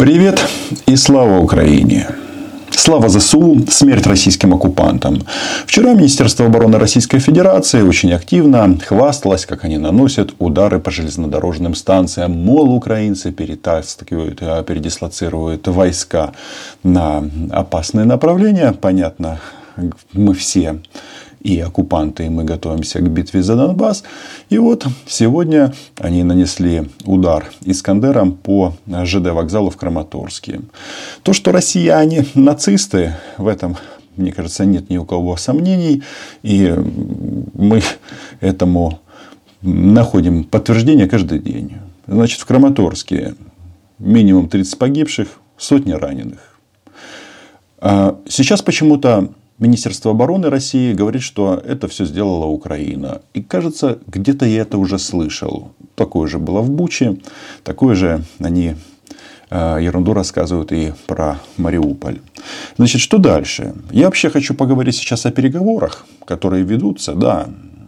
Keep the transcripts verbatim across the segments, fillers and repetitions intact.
Привет и слава Украине! Слава ЗСУ, смерть российским оккупантам. Вчера Министерство обороны Российской Федерации очень активно хвасталось, как они наносят удары по железнодорожным станциям. Мол, украинцы перетаскивают, передислоцируют войска на опасные направления. Понятно, мы все и оккупанты, и мы готовимся к битве за Донбасс. И вот сегодня они нанесли удар Искандером по ЖД вокзалу в Краматорске. То, что россияне нацисты, в этом, мне кажется, нет ни у кого сомнений. И мы этому находим подтверждение каждый день. Значит, в Краматорске минимум тридцать погибших, сотни раненых. Сейчас почему-то Министерство обороны России говорит, что это все сделала Украина. И кажется, где-то я это уже слышал. Такое же было в Буче. Такое же они э, ерунду рассказывают и про Мариуполь. Значит, что дальше? Я вообще хочу поговорить сейчас о переговорах, которые ведутся. Да,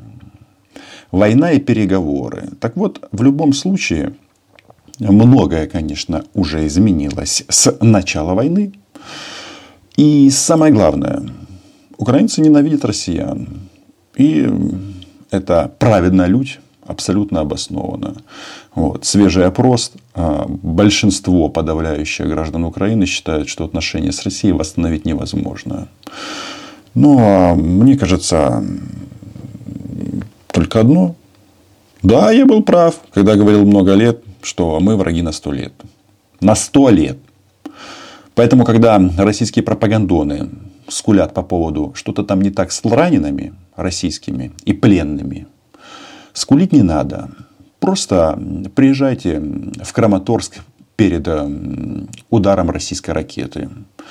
война и переговоры. Так вот, в любом случае, многое, конечно, уже изменилось с начала войны. И самое главное, украинцы ненавидят россиян. И это праведная лють абсолютно обоснована. Вот. Свежий опрос. Большинство подавляющее граждан Украины считают, что отношения с Россией восстановить невозможно. Но мне кажется, только одно. Да, я был прав, когда говорил много лет, что мы враги на сто лет. На сто лет. Поэтому, когда российские пропагандоны скулят по поводу что-то там не так с ранеными российскими и пленными, скулить не надо. Просто приезжайте в Краматорск перед ударом российской ракеты.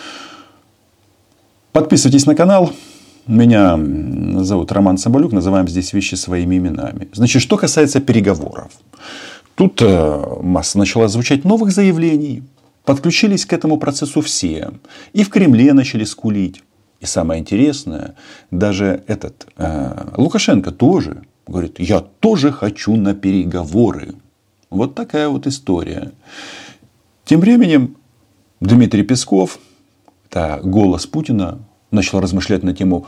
Подписывайтесь на канал. Меня зовут Роман Соболюк. Называем здесь вещи своими именами. Значит, что касается переговоров. Тут масса начала звучать новых заявлений. Подключились к этому процессу все. И в Кремле начали скулить. И самое интересное, даже этот э, Лукашенко тоже говорит, я тоже хочу на переговоры. Вот такая вот история. Тем временем Дмитрий Песков, это голос Путина, начал размышлять на тему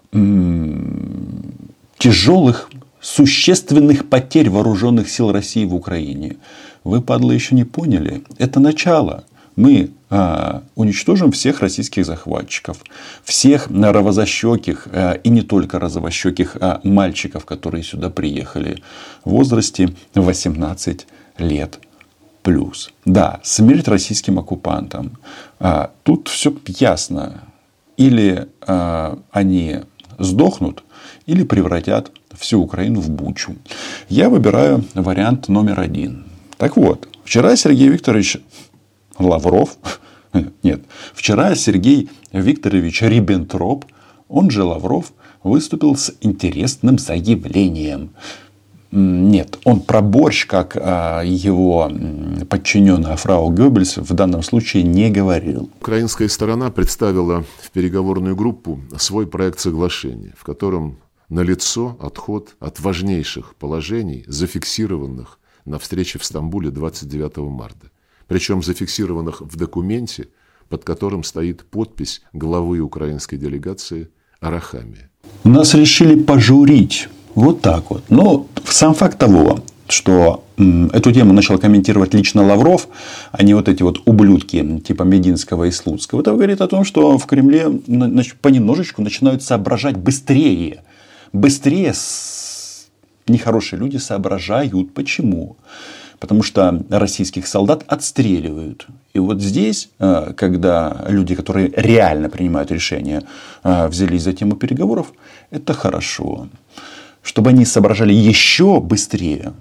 м- тяжелых, существенных потерь вооруженных сил России в Украине. Вы, падлы, еще не поняли. Это начало. Мы а, уничтожим всех российских захватчиков. Всех розовощеких а, и не только розовощеких а, мальчиков, которые сюда приехали в возрасте восемнадцать лет плюс. Да, смерть российским оккупантам. А, тут все ясно. Или а, они сдохнут, или превратят всю Украину в Бучу. Я выбираю вариант номер один. Так вот, вчера Сергей Викторович Лавров, нет, вчера Сергей Викторович Риббентроп, он же Лавров, выступил с интересным заявлением. Нет, он про борщ, как его подчиненная фрау Геббельс, в данном случае не говорил. Украинская сторона представила в переговорную группу свой проект соглашения, в котором налицо отход от важнейших положений, зафиксированных на встрече в Стамбуле двадцать девятого марта. Причем зафиксированных в документе, под которым стоит подпись главы украинской делегации Арахамия. Нас решили пожурить. Вот так вот. Но сам факт того, что м, эту тему начал комментировать лично Лавров, а не вот эти вот ублюдки типа Мединского и Слуцкого, это говорит о том, что в Кремле понемножечку начинают соображать быстрее. Быстрее нехорошие люди соображают. Почему? Потому что российских солдат отстреливают. И вот здесь, когда люди, которые реально принимают решения, взялись за тему переговоров, это хорошо. Чтобы они соображали еще быстрее.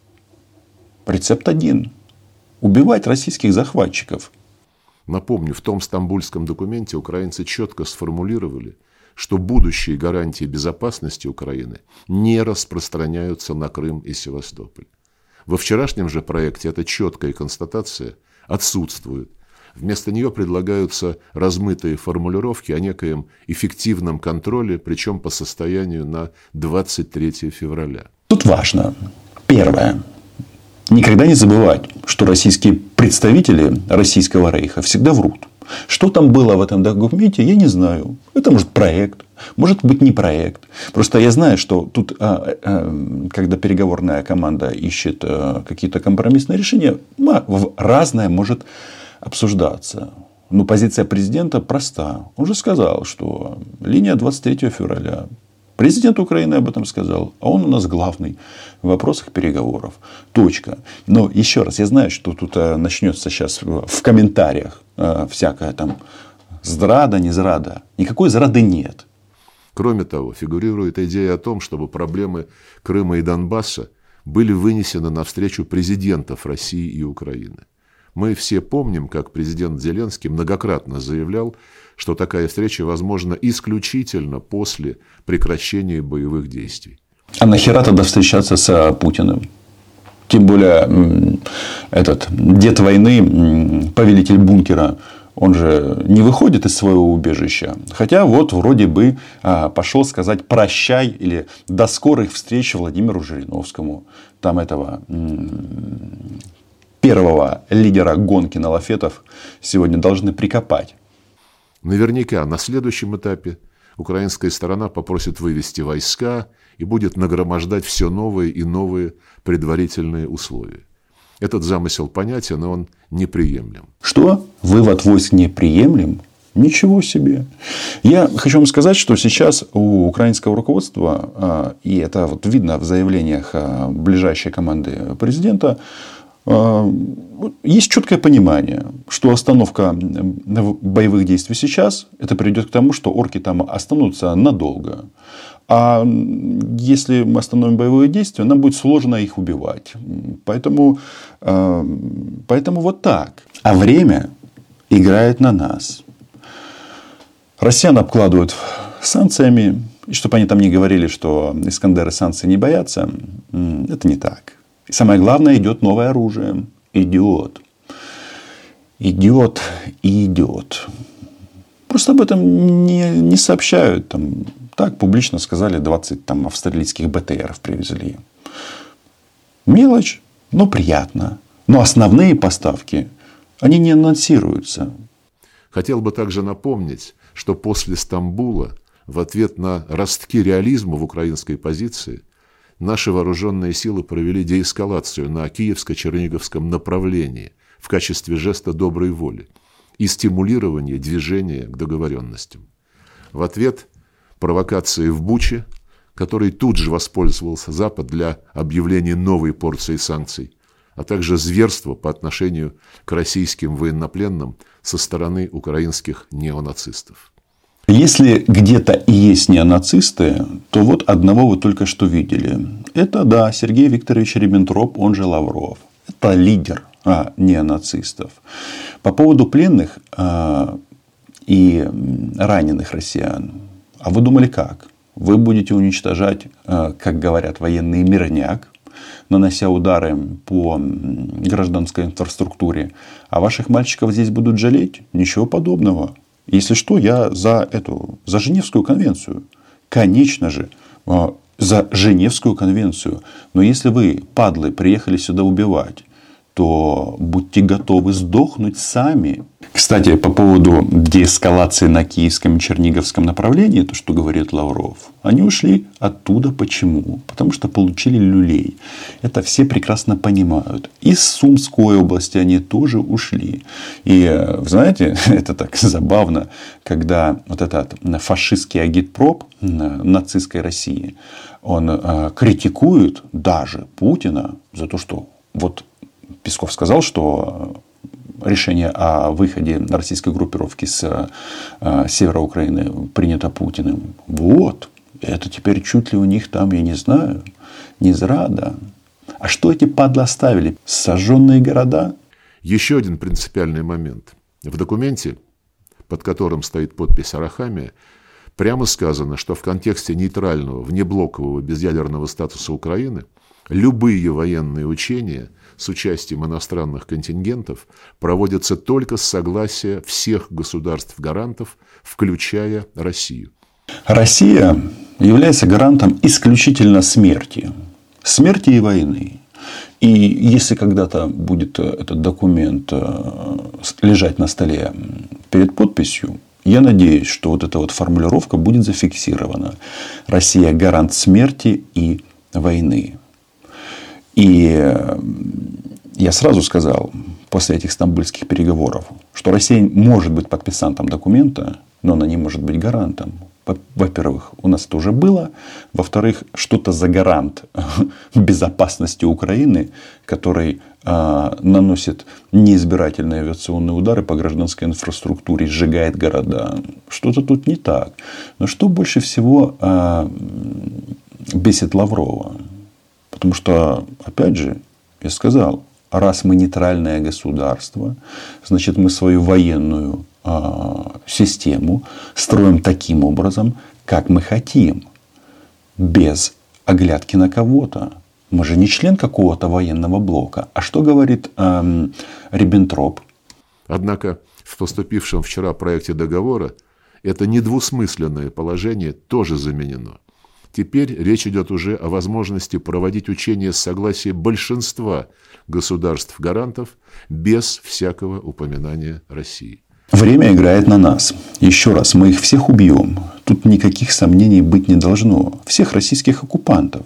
Рецепт один. Убивать российских захватчиков. Напомню, в том стамбульском документе украинцы четко сформулировали, что будущие гарантии безопасности Украины не распространяются на Крым и Севастополь. Во вчерашнем же проекте эта четкая констатация отсутствует. Вместо нее предлагаются размытые формулировки о некоем эффективном контроле, причем по состоянию на двадцать третье февраля. Тут важно. Первое. никогда не забывать, что российские представители Российского рейха всегда врут. Что там было в этом документе, я не знаю. Это может проект, может быть не проект. Просто я знаю, что тут, когда переговорная команда ищет какие-то компромиссные решения, разное может обсуждаться. Но позиция президента проста. Он же сказал, что линия двадцать третьего февраля. Президент Украины об этом сказал, а он у нас главный в вопросах переговоров. Точка. Но еще раз, я знаю, что тут начнется сейчас в комментариях всякая там зрада, не зрада. Никакой зрады нет. Кроме того, фигурирует идея о том, чтобы проблемы Крыма и Донбасса были вынесены на встречу президентов России и Украины. Мы все помним, как президент Зеленский многократно заявлял, что такая встреча возможна исключительно после прекращения боевых действий. А нахера тогда встречаться с Путиным? Тем более, этот дед войны, повелитель бункера, он же не выходит из своего убежища. Хотя вот вроде бы пошел сказать прощай или до скорых встреч Владимиру Жириновскому. Там этого первого лидера гонки на лафетов сегодня должны прикопать. Наверняка на следующем этапе украинская сторона попросит вывести войска и будет нагромождать все новые и новые предварительные условия. Этот замысел понятен, но он неприемлем. Что? Вывод войск неприемлем? Ничего себе. Я хочу вам сказать, что сейчас у украинского руководства, и это вот видно в заявлениях ближайшей команды президента, есть четкое понимание, что остановка боевых действий сейчас, это приведет к тому, что орки там останутся надолго. А если мы остановим боевые действия, нам будет сложно их убивать. Поэтому, поэтому вот так. А время играет на нас. Россиян обкладывают санкциями. И чтобы они там не говорили, что Искандеры санкций не боятся, это не так. И самое главное, идет новое оружие. Идет. Идет и идет. Просто об этом не, не сообщают. Там, так публично сказали, двадцать там, австралийских бэ тэ эров привезли. Мелочь, но приятно. Но основные поставки, они не анонсируются. Хотел бы также напомнить, что после Стамбула, в ответ на ростки реализма в украинской позиции, наши вооруженные силы провели деэскалацию на Киевско-Черниговском направлении в качестве жеста доброй воли и стимулирования движения к договоренностям. В ответ провокации в Буче, которой тут же воспользовался Запад для объявления новой порции санкций, а также зверство по отношению к российским военнопленным со стороны украинских неонацистов. Если где-то и есть неонацисты, то вот одного вы только что видели. Это, да, Сергей Викторович Риббентроп, он же Лавров. Это лидер а, неонацистов. По поводу пленных а, и раненых россиян. А вы думали как? Вы будете уничтожать, а, как говорят военные, мирняк, нанося удары по гражданской инфраструктуре. А ваших мальчиков здесь будут жалеть? Ничего подобного. Если что, я за эту, за Женевскую конвенцию. Конечно же, за Женевскую конвенцию. Но если вы, падлы, приехали сюда убивать, то будьте готовы сдохнуть сами. Кстати, по поводу деэскалации на Киевском и Черниговском направлении, то, что говорит Лавров, они ушли оттуда. Почему? Потому что получили люлей. Это все прекрасно понимают. Из Сумской области они тоже ушли. И, знаете, это так забавно, когда вот этот фашистский агитпроп нацистской России, он критикует даже Путина за то, что вот Песков сказал, что решение о выходе российской группировки с э, севера Украины принято Путиным. Вот. Это теперь чуть ли у них там, я не знаю, не зрада. А что эти падлы оставили? Сожженные города? Еще один принципиальный момент. В документе, под которым стоит подпись Арахамия, прямо сказано, что в контексте нейтрального, внеблокового, безъядерного статуса Украины любые военные учения с участием иностранных контингентов проводятся только с согласия всех государств-гарантов, включая Россию. Россия является гарантом исключительно смерти. Смерти и войны. И если когда-то будет этот документ лежать на столе перед подписью, я надеюсь, что вот эта вот формулировка будет зафиксирована. Россия гарант смерти и войны. И я сразу сказал после этих стамбульских переговоров, что Россия может быть подписантом документа, но она не может быть гарантом. Во-первых, у нас это уже было. Во-вторых, что-то за гарант безопасности Украины, который э, наносит неизбирательные авиационные удары по гражданской инфраструктуре, сжигает города. Что-то тут не так. Но что больше всего э, бесит Лаврова? Потому что, опять же, я сказал, раз мы нейтральное государство, значит, мы свою военную систему строим таким образом, как мы хотим, без оглядки на кого-то. Мы же не член какого-то военного блока. А что говорит эм, Риббентроп? Однако в поступившем вчера проекте договора это недвусмысленное положение тоже заменено. Теперь речь идет уже о возможности проводить учения с согласия большинства государств-гарантов без всякого упоминания России. Время играет на нас. Еще раз, мы их всех убьем. Тут никаких сомнений быть не должно. Всех российских оккупантов.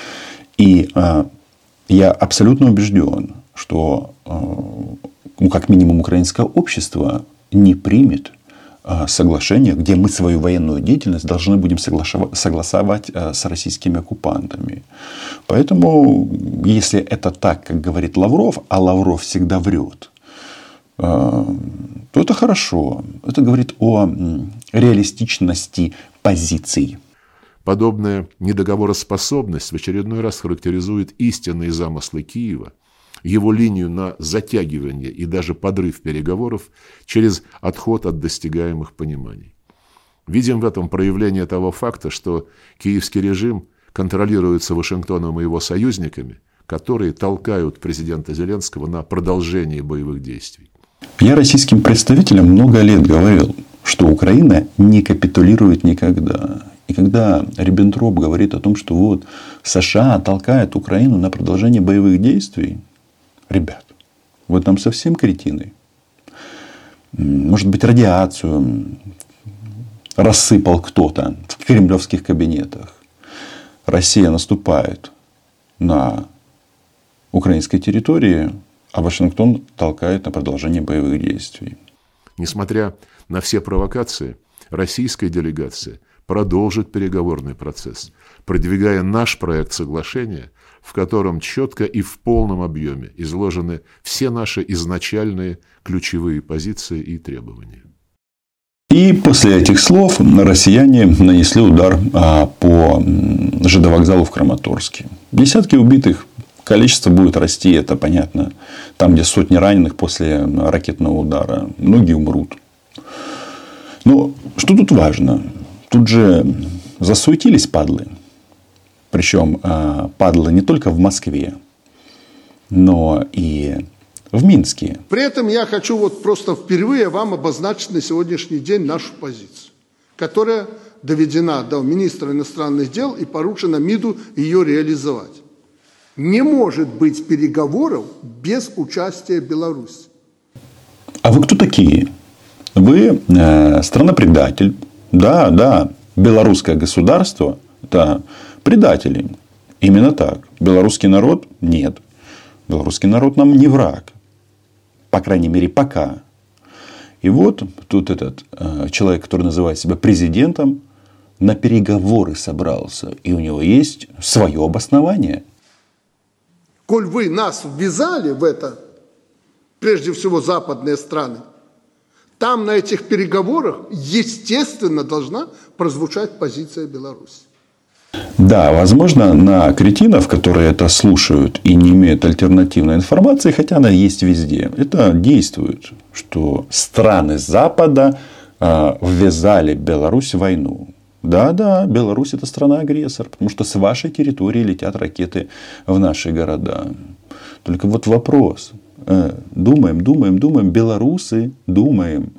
И э, я абсолютно убежден, что э, ну, как минимум украинское общество не примет э, соглашение, где мы свою военную деятельность должны будем соглашав- согласовать э, с российскими оккупантами. Поэтому, если это так, как говорит Лавров, а Лавров всегда врет, то это хорошо. Это говорит о реалистичности позиций. Подобная недоговороспособность в очередной раз характеризует истинные замыслы Киева, его линию на затягивание и даже подрыв переговоров через отход от достигаемых пониманий. Видим в этом проявление того факта, что киевский режим контролируется Вашингтоном и его союзниками, которые толкают президента Зеленского на продолжение боевых действий. Я российским представителям много лет говорил, что Украина не капитулирует никогда. И когда Риббентроп говорит о том, что вот США толкает Украину на продолжение боевых действий, ребят, вы там совсем кретины. Может быть, радиацию рассыпал кто-то в кремлевских кабинетах. Россия наступает на украинской территории, а Вашингтон толкает на продолжение боевых действий. Несмотря на все провокации, российская делегация продолжит переговорный процесс, продвигая наш проект соглашения, в котором четко и в полном объеме изложены все наши изначальные ключевые позиции и требования. И после этих слов россияне нанесли удар по ЖД-вокзалу в Краматорске. Десятки убитых. Количество будет расти, это понятно. Там, где сотни раненых после ракетного удара. Многие умрут. Но что тут важно? Тут же засуетились падлы. Причем падлы не только в Москве, но и в Минске. При этом я хочу вот просто впервые вам обозначить на сегодняшний день нашу позицию, которая доведена до министра иностранных дел и поручено МИДу ее реализовать. Не может быть переговоров без участия Беларуси. А вы кто такие? Вы э, страна-предатель. Да, да, белорусское государство – это предатели. Именно так. Белорусский народ – нет. Белорусский народ нам не враг. По крайней мере, пока. И вот тут этот э, человек, который называет себя президентом, на переговоры собрался. И у него есть свое обоснование. Коль вы нас ввязали в это, прежде всего западные страны, там на этих переговорах, естественно, должна прозвучать позиция Беларуси. Да, возможно, на кретинов, которые это слушают и не имеют альтернативной информации, хотя она есть везде, это действует, что страны Запада э, ввязали Беларусь в войну. Да, да, Беларусь это страна-агрессор, потому что с вашей территории летят ракеты в наши города. Только вот вопрос. Думаем, думаем, думаем, белорусы, думаем.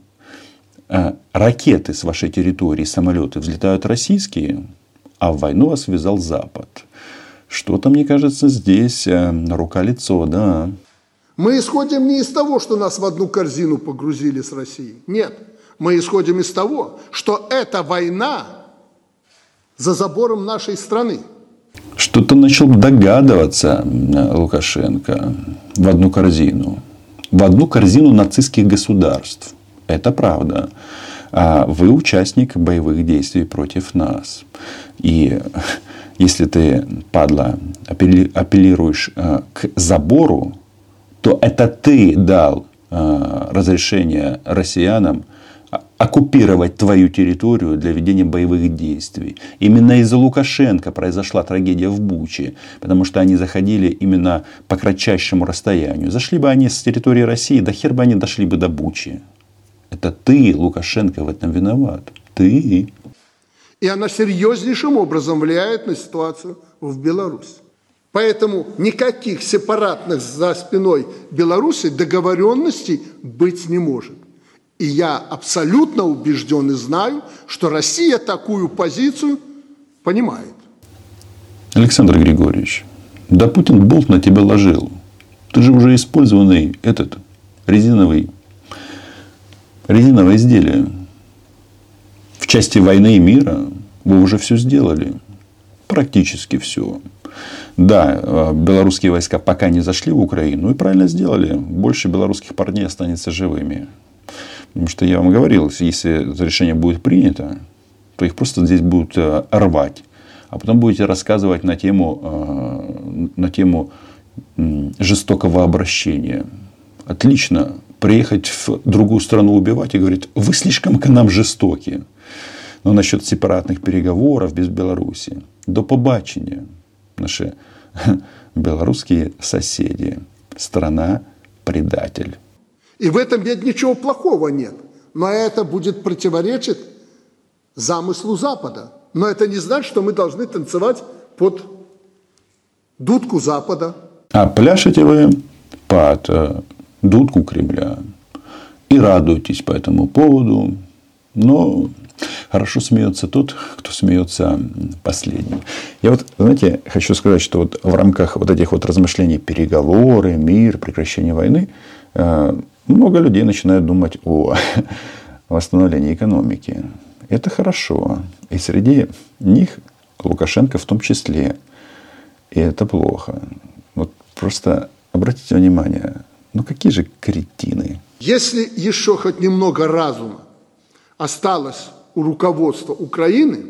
Ракеты с вашей территории, самолеты взлетают российские, а в войну вас ввязал Запад. Что-то, мне кажется, здесь рука-лицо, да. Мы исходим не из того, что нас в одну корзину погрузили с Россией. Нет. Мы исходим из того, что это война за забором нашей страны. Что-то начал догадываться Лукашенко в одну корзину. В одну корзину нацистских государств. Это правда. А вы участник боевых действий против нас. И если ты, падла, апеллируешь к забору, то это ты дал разрешение россиянам оккупировать твою территорию для ведения боевых действий. Именно из-за Лукашенко произошла трагедия в Буче. Потому что они заходили именно по кратчайшему расстоянию. Зашли бы они с территории России, да хер бы они дошли бы до Бучи. Это ты, Лукашенко, в этом виноват. Ты. И она серьезнейшим образом влияет на ситуацию в Беларуси. Поэтому никаких сепаратных за спиной Беларуси договоренностей быть не может. И я абсолютно убежден и знаю, что Россия такую позицию понимает. Александр Григорьевич, да Путин болт на тебя ложил. Ты же уже использованный этот резиновый, резиновое изделие. В части войны и мира вы уже все сделали. Практически все. Да, белорусские войска пока не зашли в Украину. И правильно сделали. Больше белорусских парней останется живыми. Потому что я вам говорил, если это решение будет принято, то их просто здесь будут рвать. А потом будете рассказывать на тему, на тему жестокого обращения. Отлично. Приехать в другую страну убивать и говорить, вы слишком к нам жестоки. Но насчет сепаратных переговоров без Беларуси. До побачення. Наши белорусские соседи. Страна-предатель. И в этом ведь ничего плохого нет. Но это будет противоречить замыслу Запада. Но это не значит, что мы должны танцевать под дудку Запада. А пляшете вы под дудку Кремля. И радуетесь по этому поводу. Но хорошо смеется тот, кто смеется последним. Я вот, знаете, хочу сказать, что вот в рамках вот этих вот размышлений переговоры, мир, прекращение войны, много людей начинают думать о восстановлении экономики. Это хорошо. И среди них Лукашенко в том числе. И это плохо. Вот просто обратите внимание, ну какие же кретины. Если еще хоть немного разума осталось у руководства Украины,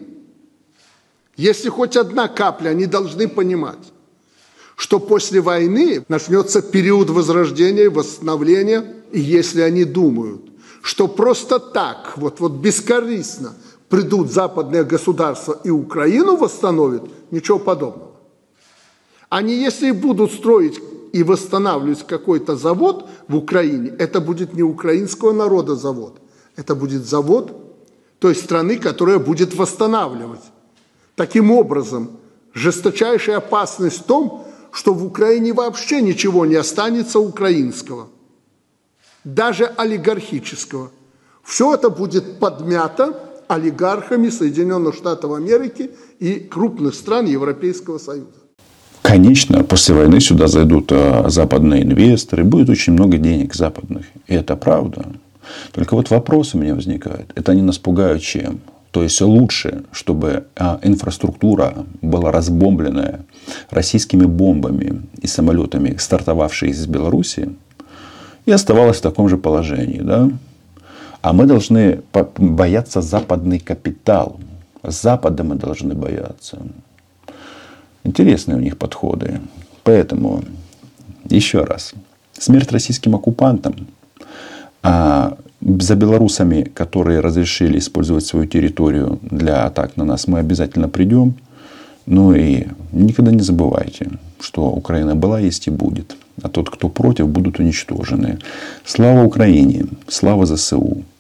если хоть одна капля, они должны понимать, что после войны начнется период возрождения, восстановления. И если они думают, что просто так, вот, вот бескорыстно придут западные государства и Украину восстановят, ничего подобного. Они, если будут строить и восстанавливать какой-то завод в Украине, это будет не украинского народа завод, это будет завод той страны, которая будет восстанавливать. Таким образом, жесточайшая опасность в том, что в Украине вообще ничего не останется украинского, даже олигархического. Все это будет подмято олигархами Соединенных Штатов Америки и крупных стран Европейского Союза. Конечно, после войны сюда зайдут западные инвесторы, будет очень много денег западных. И это правда. Только вот вопрос у меня возникает. Это они нас пугают чем? То есть лучше, чтобы инфраструктура была разбомбленная российскими бомбами и самолетами, стартовавшие из Беларуси, и оставалась в таком же положении. Да? А мы должны бояться западный капитал. Запада мы должны бояться. Интересные у них подходы. Поэтому, еще раз, смерть российским оккупантам. А за белорусами, которые разрешили использовать свою территорию для атак на нас, мы обязательно придем. Ну и никогда не забывайте, что Украина была, есть и будет. А тот, кто против, будут уничтожены. Слава Украине! Слава ЗСУ!